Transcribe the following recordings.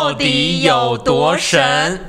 到底有多神？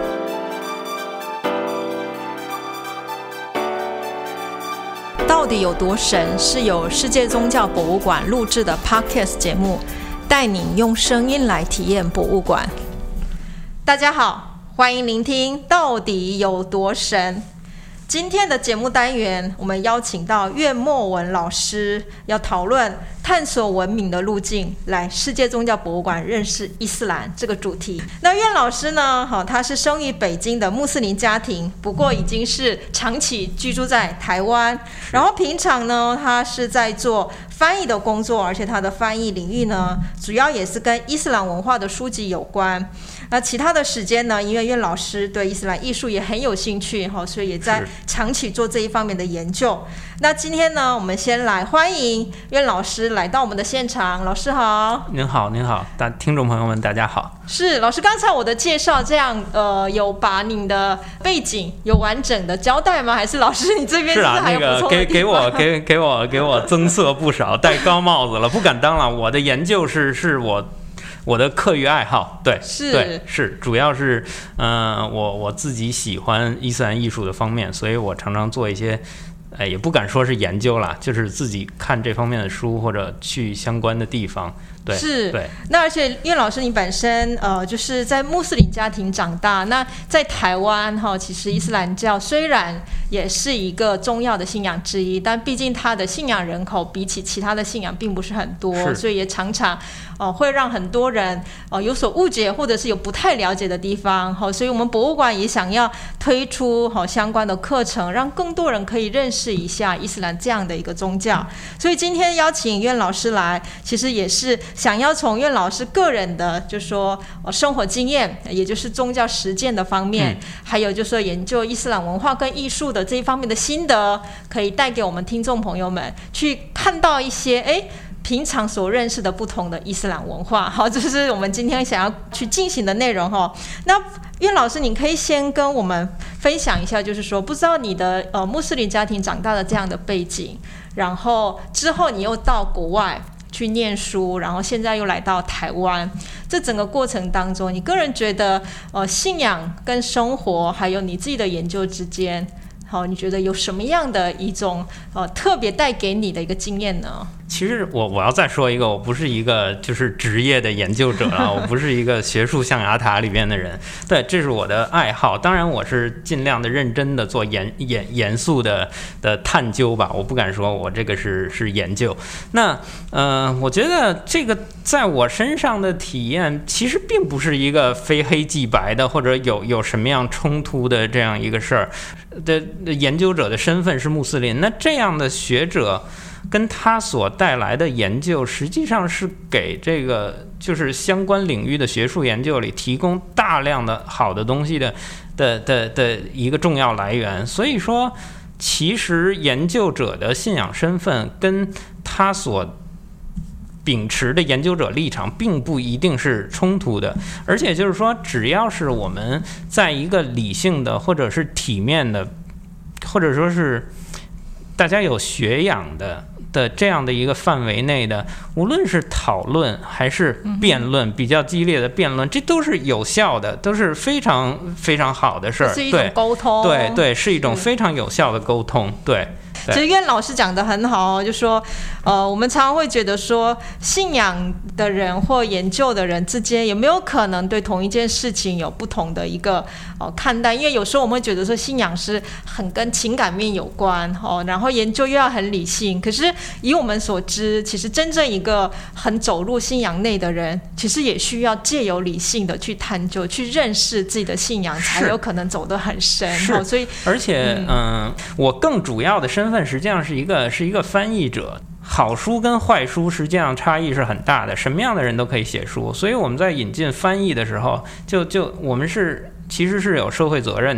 到底有多神是由世界宗教博物馆录制的 Podcast 节目，带你用声音来体验博物馆。大家好，欢迎聆听到底有多神。今天的节目单元，我们邀请到苑默文老师，要讨论探索文明的路径，来世界宗教博物馆认识伊斯兰这个主题。那苑老师呢，他是生于北京的穆斯林家庭，不过已经是长期居住在台湾。然后平常呢，他是在做翻译的工作，而且他的翻译领域呢，主要也是跟伊斯兰文化的书籍有关。那其他的时间呢，因为苑老师对伊斯兰艺术也很有兴趣，所以也在长期做这一方面的研究。那今天呢，我们先来欢迎苑老师来到我们的现场。老师好。 您好，您好，听众朋友们大家好。 是老师，刚才我的介绍这样，有把你的背景有完整的交代吗？还是老师你这边是还有补充的地方？ 给我增色不少，戴高帽子了，不敢当了。我的研究是我的课余爱好，对，是，主要是，我自己喜欢伊斯兰艺术的方面，所以我常常做一些，也不敢说是研究啦，就是自己看这方面的书或者去相关的地方，对， 是， 对。 那而且苑老师你本身就是在穆斯林家庭长大，那在台湾其实伊斯兰教虽然也是一个重要的信仰之一，但毕竟它的信仰人口比起其他的信仰并不是很多，所以也常常会让很多人有所误解，或者是有不太了解的地方。所以我们博物馆也想要推出相关的课程，让更多人可以认识一下伊斯兰这样的一个宗教。所以今天邀请苑老师来，其实也是想要从苑老师个人的就是说生活经验，也就是宗教实践的方面，还有就是说研究伊斯兰文化跟艺术的这一方面的心得，可以带给我们听众朋友们去看到一些平常所认识的不同的伊斯兰文化。好，这是我们今天想要去进行的内容。那苑老师您可以先跟我们分享一下，就是说不知道你的穆斯林家庭长大的这样的背景，然后之后你又到国外去念书，然后现在又来到台湾，这整个过程当中，你个人觉得信仰跟生活还有你自己的研究之间，你觉得有什么样的一种特别带给你的一个经验呢？ 其实我要再说一个，我不是一个就是职业的研究者啊，我不是一个学术象牙塔里边的人，对，这是我的爱好。当然我是尽量的认真的做严肃的探究吧，我不敢说我这个是研究。那我觉得这个在我身上的体验其实并不是一个非黑即白的，或者有什么样冲突的这样一个事儿。的研究者的身份是穆斯林，那这样的学者跟他所带来的研究实际上是给这个就是相关领域的学术研究里提供大量的好的东西的一个重要来源。所以说其实研究者的信仰身份跟他所秉持的研究者立场并不一定是冲突的，而且就是说只要是我们在一个理性的或者是体面的，或者说是大家有学养的这样的一个范围内的，无论是讨论还是辩论，比较激烈的辩论，这都是有效的，都是非常非常好的事儿， 是一种沟通， 对，是一种非常有效的沟通，对。 其实苑老师讲得很好，就说我们常常会觉得说信仰的人或研究的人之间有没有可能对同一件事情有不同的一个看待，因为有时候我们会觉得说信仰是很跟情感面有关然后研究又要很理性，可是以我们所知，其实真正一个很走入信仰内的人，其实也需要借由理性的去探究，去认识自己的信仰，才有可能走得很深。所以而且我更主要的身份实际上是一个翻译者。好书跟坏书实际上差异是很大的，什么样的人都可以写书，所以我们在引进翻译的时候，就我们其实是有社会责任的。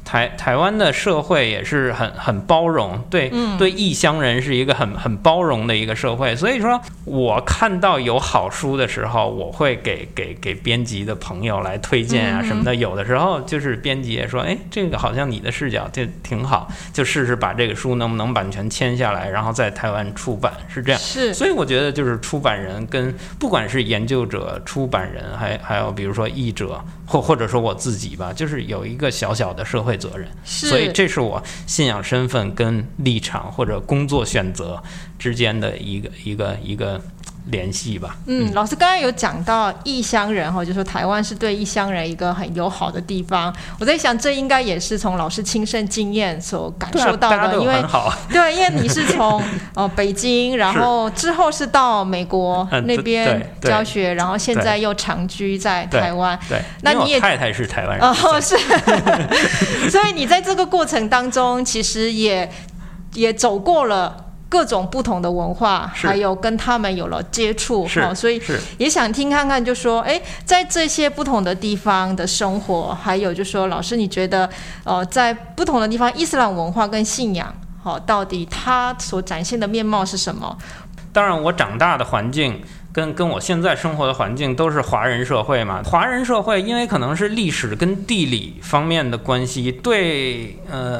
台湾的社会也是很包容，对异乡人是一个很包容的一个社会，所以说我看到有好书的时候，我会给编辑的朋友来推荐啊什么的，有的时候就是编辑也说，哎，这个好像你的视角就挺好，就试试把这个书能不能版权签下来，然后在台湾出版，是这样。 是， 所以我觉得就是出版人跟不管是研究者、出版人，还有比如说译者，或者说我自己吧，就是有一个小小的社会责任。所以这是我信仰身份跟立场或者工作选择之间的一个联系吧。 老师刚才有讲到异乡人就说台湾是对异乡人一个很友好的地方。我在想，这应该也是从老师亲身经验所感受到的，因为因为你是从北京，然后之后是到美国那边教学，然后现在又长居在台湾。 对， 那你也因为我太太是台湾人。 是，所以你在这个过程当中，其实也走过了各种不同的文化，还有跟他们有了接触，所以也想听看看，就说，在这些不同的地方的生活，还有就说，老师你觉得，在不同的地方，伊斯兰文化跟信仰，到底它所展现的面貌是什么？ 当然，我长大的环境跟我现在生活的环境都是华人社会嘛。华人社会因为可能是历史跟地理方面的关系，对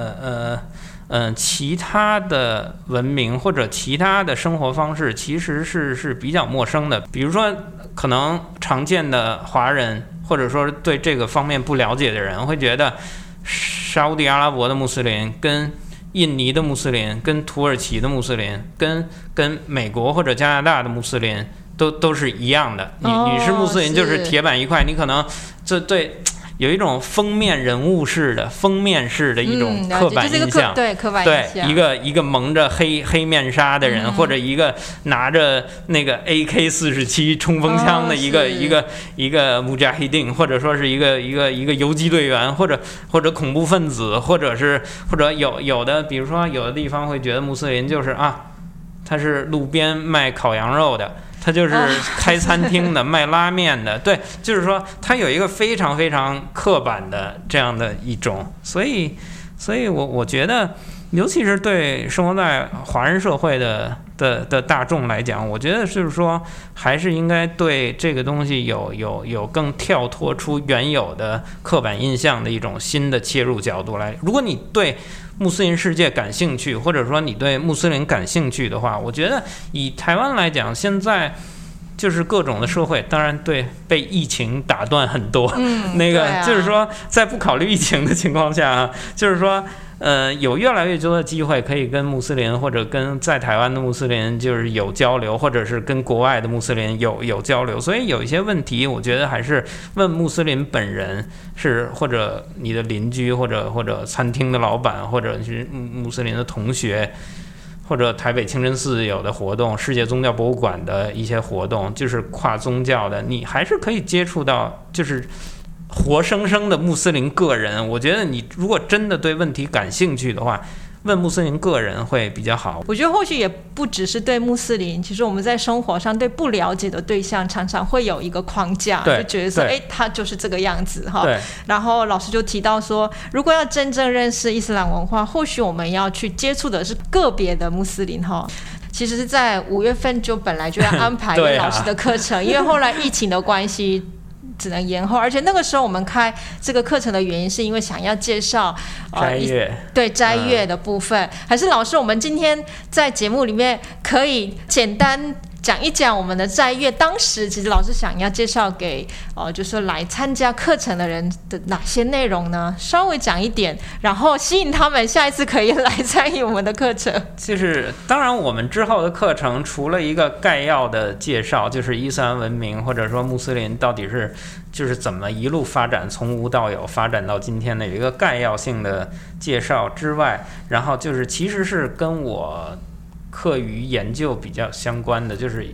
其他的文明或者其他的生活方式其实是比较陌生的。比如说，可能常见的华人或者说对这个方面不了解的人会觉得，沙烏地阿拉伯的穆斯林跟印尼的穆斯林跟土耳其的穆斯林跟美国或者加拿大的穆斯林都是一样的。你是穆斯林就是铁板一块，你可能这对有一种封面人物式的一种刻板印象， 对刻板印象， 一个蒙着黑面纱的人，或者一个拿着那个 AK-47冲锋枪的一个穆加希丁，或者说是一个游击队员，或者恐怖分子，或者有的比如说有的地方会觉得穆斯林就是他是路边卖烤羊肉的。他就是开餐厅的，卖拉面的，对，就是说他有一个非常非常刻板的这样的一种，所以我觉得，尤其是对生活在华人社会的大众来讲，我觉得就是说，还是应该对这个东西有更跳脱出原有的刻板印象的一种新的切入角度来。如果你对穆斯林世界感兴趣，或者说你对穆斯林感兴趣的话，我觉得以台湾来讲，现在就是各种的社会，当然对被疫情打断很多，就是说在不考虑疫情的情况下就是说有越来越多的机会可以跟穆斯林或者跟在台湾的穆斯林就是有交流，或者是跟国外的穆斯林有交流，所以有一些问题我觉得还是问穆斯林本人，或者你的邻居，或者餐厅的老板，或者是穆斯林的同学，或者台北清真寺有的活动，世界宗教博物馆的一些活动，就是跨宗教的，你还是可以接触到就是活生生的穆斯林个人。我觉得你如果真的对问题感兴趣的话，问穆斯林个人会比较好。 我觉得或许也不只是对穆斯林，其实我们在生活上对不了解的对象常常会有一个框架，就觉得说他就是这个样子然后老师就提到说，如果要真正认识伊斯兰文化，或许我们要去接触的是个别的穆斯林其实是在5月份就本来就要安排老师的课程因为后来疫情的关系只能延后，而且那个时候我们开这个课程的原因是因为想要介绍斋月， 对斋月的部分，还是老师我们今天在节目里面可以简单讲一讲我们的斋月，当时其实老师想要介绍给就是来参加课程的人的哪些内容呢？稍微讲一点，然后吸引他们下一次可以来参与我们的课程。 就是当然我们之后的课程除了一个概要的介绍，就是伊斯兰文明或者说穆斯林到底是就是怎么一路发展，从无到有发展到今天的有一个概要性的介绍之外，然后就是其实是跟我课余研究比较相关的，就是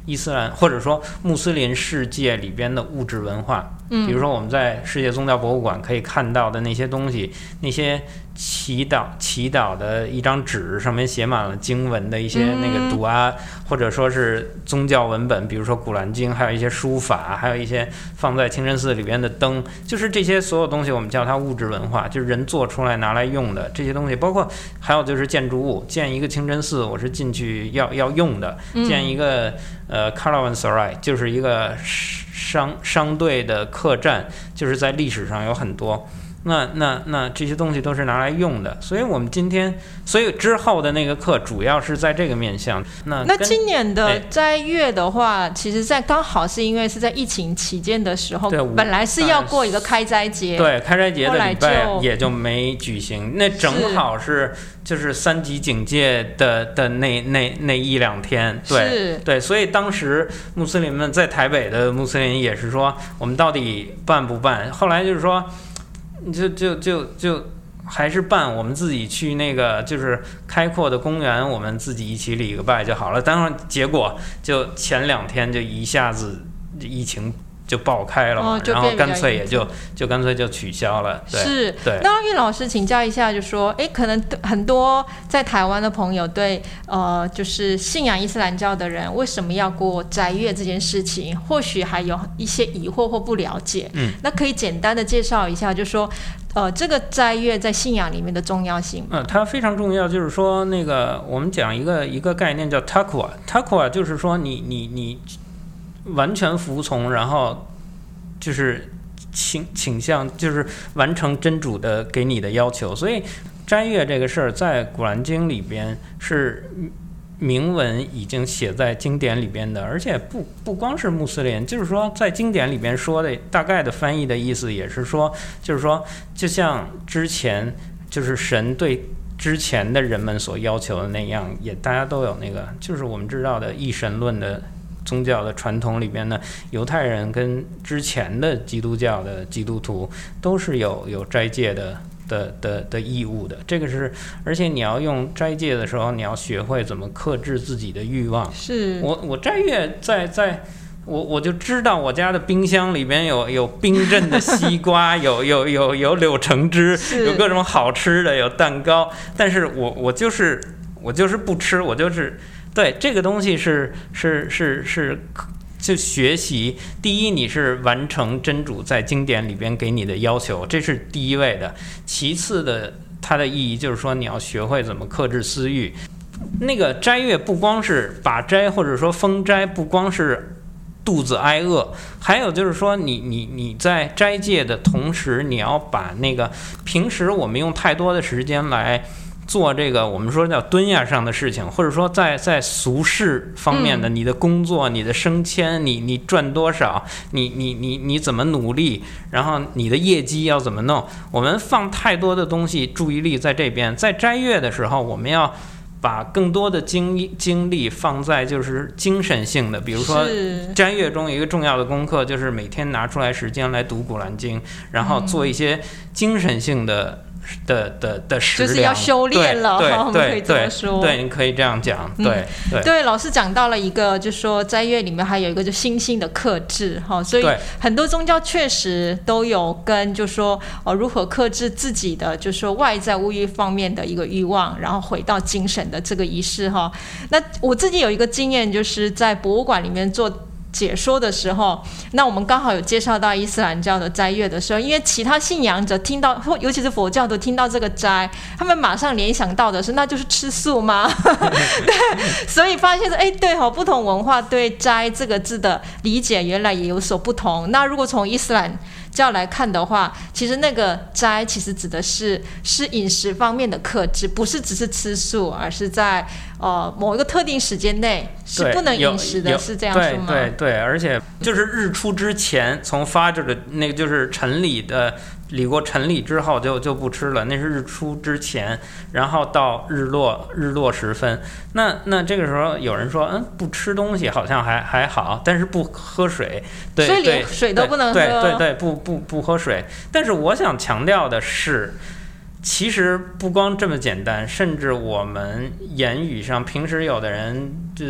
伊斯兰或者说穆斯林世界里边的物质文化。比如说我们在世界宗教博物馆可以看到的那些东西，那些祈祷的一张纸上面写满了经文的一些那个读啊，或者说是宗教文本，比如说古兰经，还有一些书法，还有一些放在清真寺里边的灯，就是这些所有东西我们叫它物质文化，就是人做出来拿来用的这些东西。包括还有就是建筑物，建一个清真寺我是进去要用的，建一个caravanserai 就是一个商队的客栈，就是在历史上有很多。那这些东西都是拿来用的，所以之后的那个课主要是在这个面向。 那今年的斋月的话，其实在刚好是因为是在疫情期间的时候，本来是要过一个开斋节， 对，开斋节的礼拜也就没举行，那正好是就是3级警戒的那一两天，对，所以当时穆斯林们在台北的穆斯林也是说，我们到底办不办？后来就是说。就还是办，我们自己去那个就是开阔的公园，我们自己一起礼个拜就好了。当然，结果就前2天就一下子疫情就爆开了嘛，然后干脆也干脆就取消了。对， 是， 对。 那岳老师请教一下，就说，可能很多在台湾的朋友对就是信仰伊斯兰教的人为什么要过斋月这件事情，或许还有一些疑惑或不了解。那可以简单的介绍一下，就说这个斋月在信仰里面的重要性。 它非常重要，就是说那个我们讲一个概念叫 taqwa 就是说你完全服从，然后就是倾向就是完成真主的给你的要求。所以斋月这个事儿在古兰经里边是明文已经写在经典里边的，而且不光是穆斯林，就是说在经典里边说的大概的翻译的意思也是说，就是说就像之前就是神对之前的人们所要求的那样，也大家都有那个就是我们知道的一神论的宗教的传统里边呢，犹太人跟之前的基督教的基督徒都是有斋戒的义务的。这个是，而且你要用斋戒的时候，你要学会怎么克制自己的欲望。 是我斋月我就知道我家的冰箱里边有冰镇的西瓜，有柳橙汁，有各种好吃的，有蛋糕，但是我就是不吃，我就是对这个东西是就学习。第一，你是完成真主在经典里边给你的要求，这是第一位的。其次的，它的意义就是说你要学会怎么克制私欲。那个斋月不光是把斋或者说封斋，不光是肚子挨饿，还有就是说你在斋戒的同时，你要把那个平时我们用太多的时间来做这个我们说叫蹲亚上的事情，或者说在俗世方面的你的工作、你的升迁、你赚多少，你怎么努力，然后你的业绩要怎么弄，我们放太多的东西注意力在这边。在斋月的时候，我们要把更多的精力放在就是精神性的，比如说斋月中有一个重要的功课，就是每天拿出来时间来读古兰经，然后做一些精神性的食粮， 就是要修炼了，我们可以这么说。 对，你可以这样讲。 对，老师讲到了一个，就是说斋月里面还有一个就心性的克制哈，所以很多宗教确实都有跟就说如何克制自己的，就是说外在物欲方面的一个欲望，然后回到精神的这个仪式哈。那我自己有一个经验，就是在博物馆里面做解说的时候，那我们刚好有介绍到伊斯兰教的斋月的时候，因为其他信仰者听到，尤其是佛教徒听到这个斋，他们马上联想到的是那就是吃素吗？对，所以发现说，对哈，不同文化对斋这个字的理解原来也有所不同。那如果从伊斯兰教来看的话，其实那个斋其实指的是饮食方面的克制，不是只是吃素，而是在某一个特定时间内是不能饮食的，是这样说吗？ 对，而且就是日出之前，从发着的那个就是晨礼的礼过晨礼之后就不吃了，那是日出之前，然后到日落时分。那这个时候有人说，不吃东西好像还好，但是不喝水，对， 所以连水都不能喝。 对，不喝水。但是我想强调的是， 其实不光这么简单，甚至我们言语上，平时有的人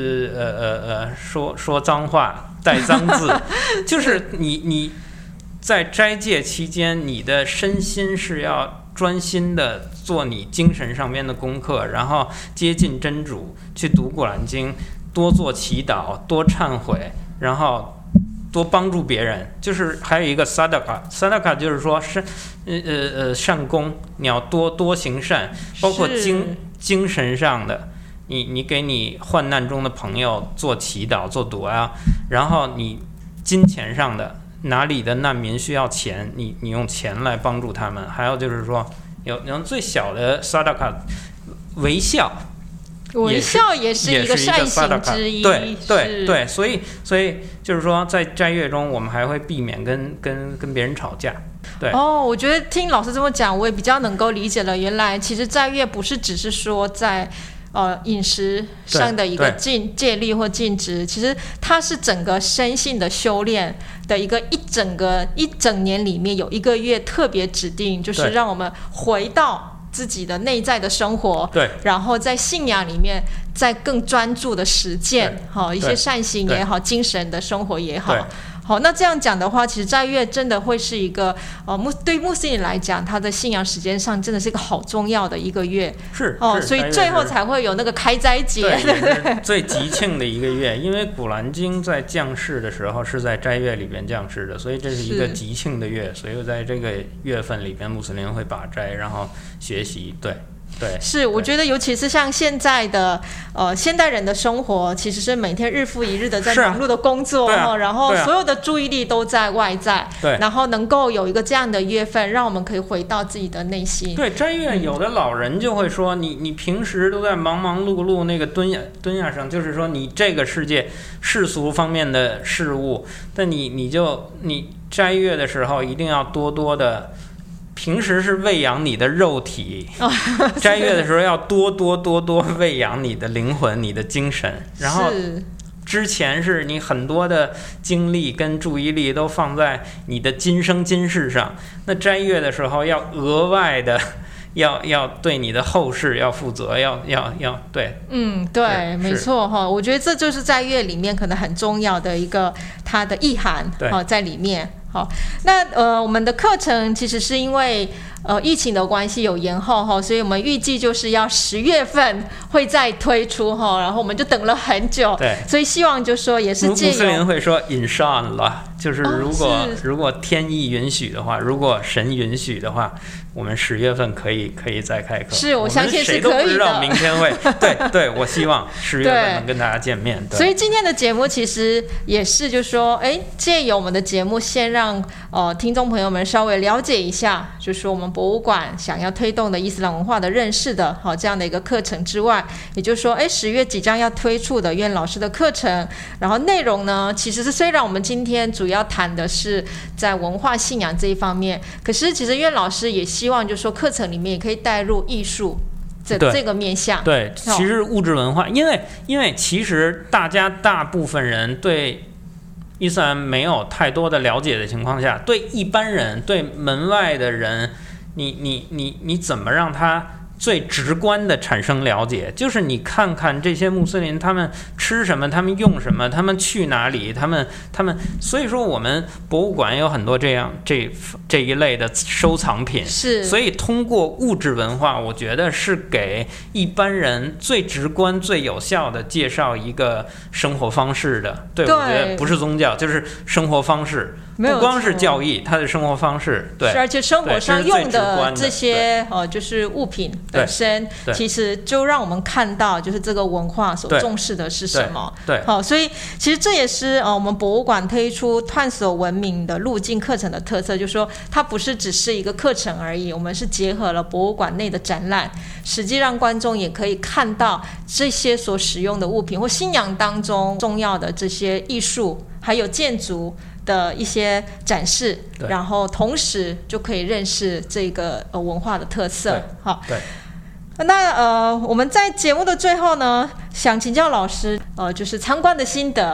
说脏话，带脏字，就是你在斋戒期间，你的身心是要专心的做你精神上面的功课，然后接近真主，去读古兰经，多做祈祷，多忏悔，然后多帮助别人。就是还有一个 sadaqah 就是说善功，你要多行善，包括精神上的，你给你患难中的朋友做祈祷做读啊，然后你金钱上的，哪里的难民需要钱，你用钱来帮助他们。还有就是说有最小的 sadaqah 微笑也是一个善行之一。 对，所以就是说，在斋月中，我们还会避免跟别人吵架。对我觉得听老师这么讲，我也比较能够理解了。原来其实斋月不是只是说在饮食上的一个戒律或禁止，其实它是整个身心的修炼的一整年里面有一个月特别指定，就是让我们回到自己的内在的生活， 对， 然后在信仰里面再更专注的实践，一些善行也好，精神的生活也好。好，那这样讲的话，其实斋月真的会是一个对穆斯林来讲，他的信仰时间上真的是一个好重要的一个月，所以最后才会有那个开斋节， 对，最吉庆的一个月。因为古兰经在降世的时候是在斋月里边降世的，所以这是一个吉庆的月，所以在这个月份里边，穆斯林会把斋，然后学习，对， 是，我觉得尤其是像现在的现代人的生活，其实是每天日复一日的在忙碌的工作，然后所有的注意力都在外在， 对， 然后能够有一个这样的月份，让我们可以回到自己的内心。 对，斋月有的老人就会说，你平时都在忙忙碌碌那个蹲下上，就是说你这个世界世俗方面的事物，但你斋月的时候一定要多的。平时是喂养你的肉体，斋月的时候要多喂养你的灵魂、你的精神。然后之前是你很多的精力跟注意力都放在你的今生今世上，那斋月的时候要额外的。要对你的后世要负责，要对， 对，没错哈，我觉得这就是斋月里面可能很重要的一个它的意涵在里面。好，那我们的课程其实是因为疫情的关系有延后哈，所以我们预计就是要10月份会再推出哈，然后我们就等了很久， 对， 所以希望就说也是借由穆斯林会说 inshallah， 就是如果天意允许的话，如果神允许的话，我们10月份可以再开课。 是，我相信是可以的。 谁都不知道明天会对，我希望10月份能跟大家见面。 所以今天的节目其实也是就说，借由我们的节目先让听众朋友们稍微了解一下，就是我们博物馆想要推动的伊斯兰文化的认识的这样的一个课程之外，也就是说10月即将要推出的苑老师的课程，然后内容呢其实是虽然我们今天主要谈的是在文化信仰这一方面，可是其实苑老师也希望就是说课程里面也可以带入艺术这个面向。 对，其实物质文化，因为其实大部分人对伊斯兰没有太多的了解的情况下，对一般人对门外的人，你怎么让他最直观的产生了解？就是你看看这些穆斯林他们吃什么，他们用什么，他们去哪里，他们，所以说我们博物馆有很多这一类的收藏品， 是，所以通过物质文化，我觉得是给一般人最直观、最有效的介绍一个生活方式的。对，我觉得不是宗教，就是生活方式。不光是教义，它的生活方式，对， 而且生活上用的这些就是物品本身，其实就让我们看到，就是这个文化所重视的是什么。 对， 好，所以其实这也是我们博物馆推出探索文明的路径课程的特色，就是说它不是只是一个课程而已，我们是结合了博物馆内的展览，实际让观众也可以看到这些所使用的物品或信仰当中重要的这些艺术，还有建筑的一些展示，然后同时就可以认识这个文化的特色。好， 对。 那我们在节目的最后呢，想请教老师，就是参观的心得，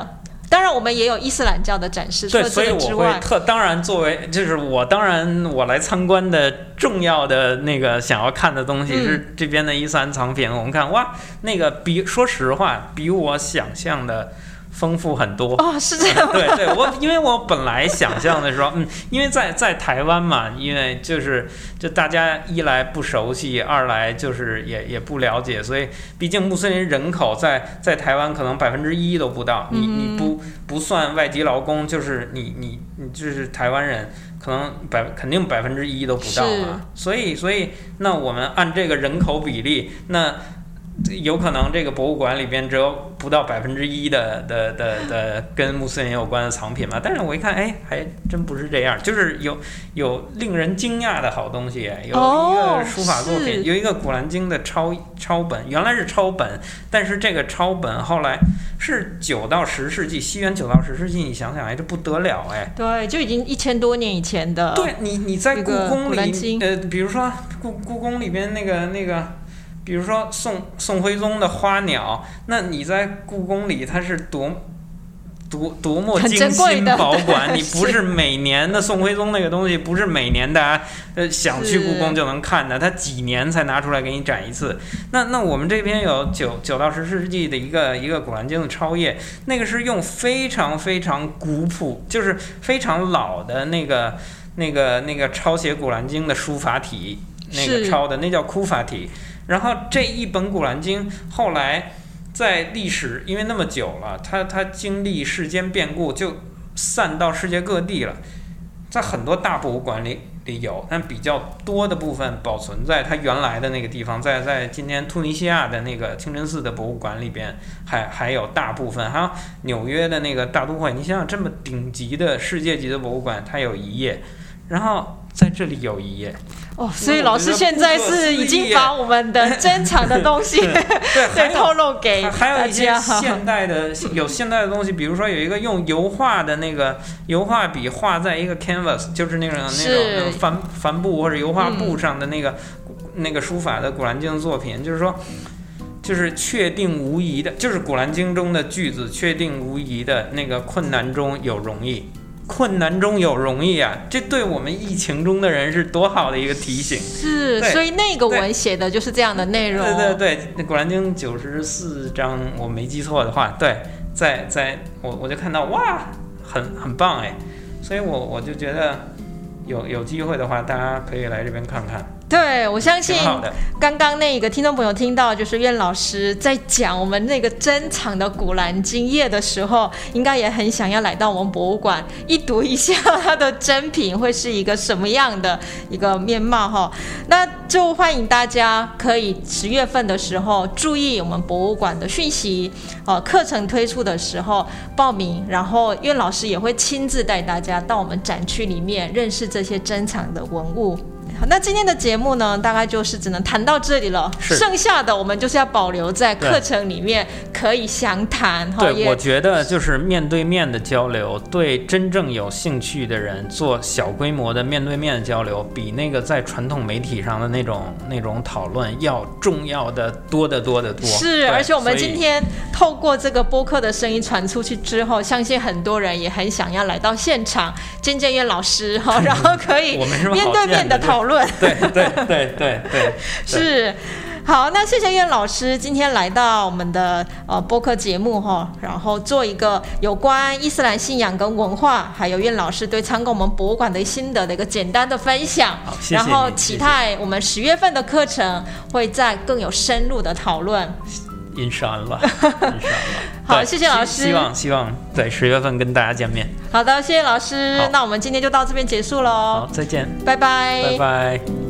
当然我们也有伊斯兰教的展示，除了这个之外， 当然作为就是我来参观的重要的那个想要看的东西是这边的伊斯兰藏品。我们看哇，那个说实话比我想象的丰富很多哦，是这样吗？ 对，因为我本来想象的时候，因为在台湾嘛，因为就大家一来不熟悉，二来就是也不了解，所以毕竟穆斯林人口在台湾可能1%都不到，你不算外籍劳工，就是你就是台湾人，可能肯定1%都不到嘛，所以那我们按这个人口比例，那有可能这个博物馆里边只有不到1%的跟穆斯林有关的藏品嘛？但是我一看，哎，还真不是这样，就是有令人惊讶的好东西，有一个书法作品，有一个《古兰经》的抄本，原来是抄本，但是这个抄本后来是9到10世纪，西元9到10世纪，你想想，哎，这不得了，哎， 对，就已经1000多年以前的。 对，你在故宫里，比如说故宫里边那个。比如说宋徽宗的花鸟，那你在故宫里它是多么精心保管，你不是每年的宋徽宗那个东西，不是每年大家想去故宫就能看的，它几年才拿出来给你展一次。那我们这边有9到10世纪的一个古兰经的抄页，那个是用非常非常古朴，就是非常老的那个抄写古兰经的书法体，那个抄的那叫库法体。然后这一本古兰经后来在历史，因为那么久了，它经历世间变故，就散到世界各地了，在很多大博物馆里有，但比较多的部分保存在它原来的那个地方，在今天突尼西亚的那个清真寺的博物馆里边，还有大部分，还有纽约的那个大都会，你想想这么顶级的世界级的博物馆，它有一页，然后在这里有一页。 哦，所以老师现在是已经把我们的珍藏的东西对透露给大家。 还有一些现代的东西，比如说有一个用油画的那个油画笔画在一个 canvas， 就是那种帆布或者油画布上的那个书法的古兰经作品，就是说。就是确定无疑的，就是古兰经中的句子，确定无疑的那个困难中有容易。困难中有容易啊，这对我们疫情中的人是多好的一个提醒。 是，所以那个文写的就是这样的内容。 对，那古兰经94章，我没记错的话，对，我就看到哇，很棒哎，所以我就觉得有机会的话，大家可以来这边看看。 对，我相信刚刚那个听众朋友听到，就是苑老师在讲我们那个珍藏的古兰经页的时候，应该也很想要来到我们博物馆一读一下它的珍品会是一个什么样的一个面貌哈。那就欢迎大家可以10月份的时候注意我们博物馆的讯息，课程推出的时候报名，然后苑老师也会亲自带大家到我们展区里面认识这些珍藏的文物。好，那今天的节目呢，大概就是只能谈到这里了。剩下的我们就是要保留在课程里面可以详谈。 对，我觉得就是面对面的交流，对真正有兴趣的人做小规模的面对面的交流，比那个在传统媒体上的那种讨论要重要的多得多。 是，而且我们今天透过这个播客的声音传出去之后，相信很多人也很想要来到现场见见苑老师哈，然后可以面对面的讨论。 对， 是。好，那谢谢苑老师今天来到我们的播客节目哈，然后做一个有关伊斯兰信仰跟文化，还有苑老师对参观我们博物馆的心得的一个简单的分享。 好，谢谢。 然后期待我们10月份的课程会再更有深入的讨论。 Inshallah 好，谢谢老师。 希望在10月份跟大家见面。 好的，谢谢老师。那我们今天就到这边结束喽。 好，再见。 拜拜。 拜拜。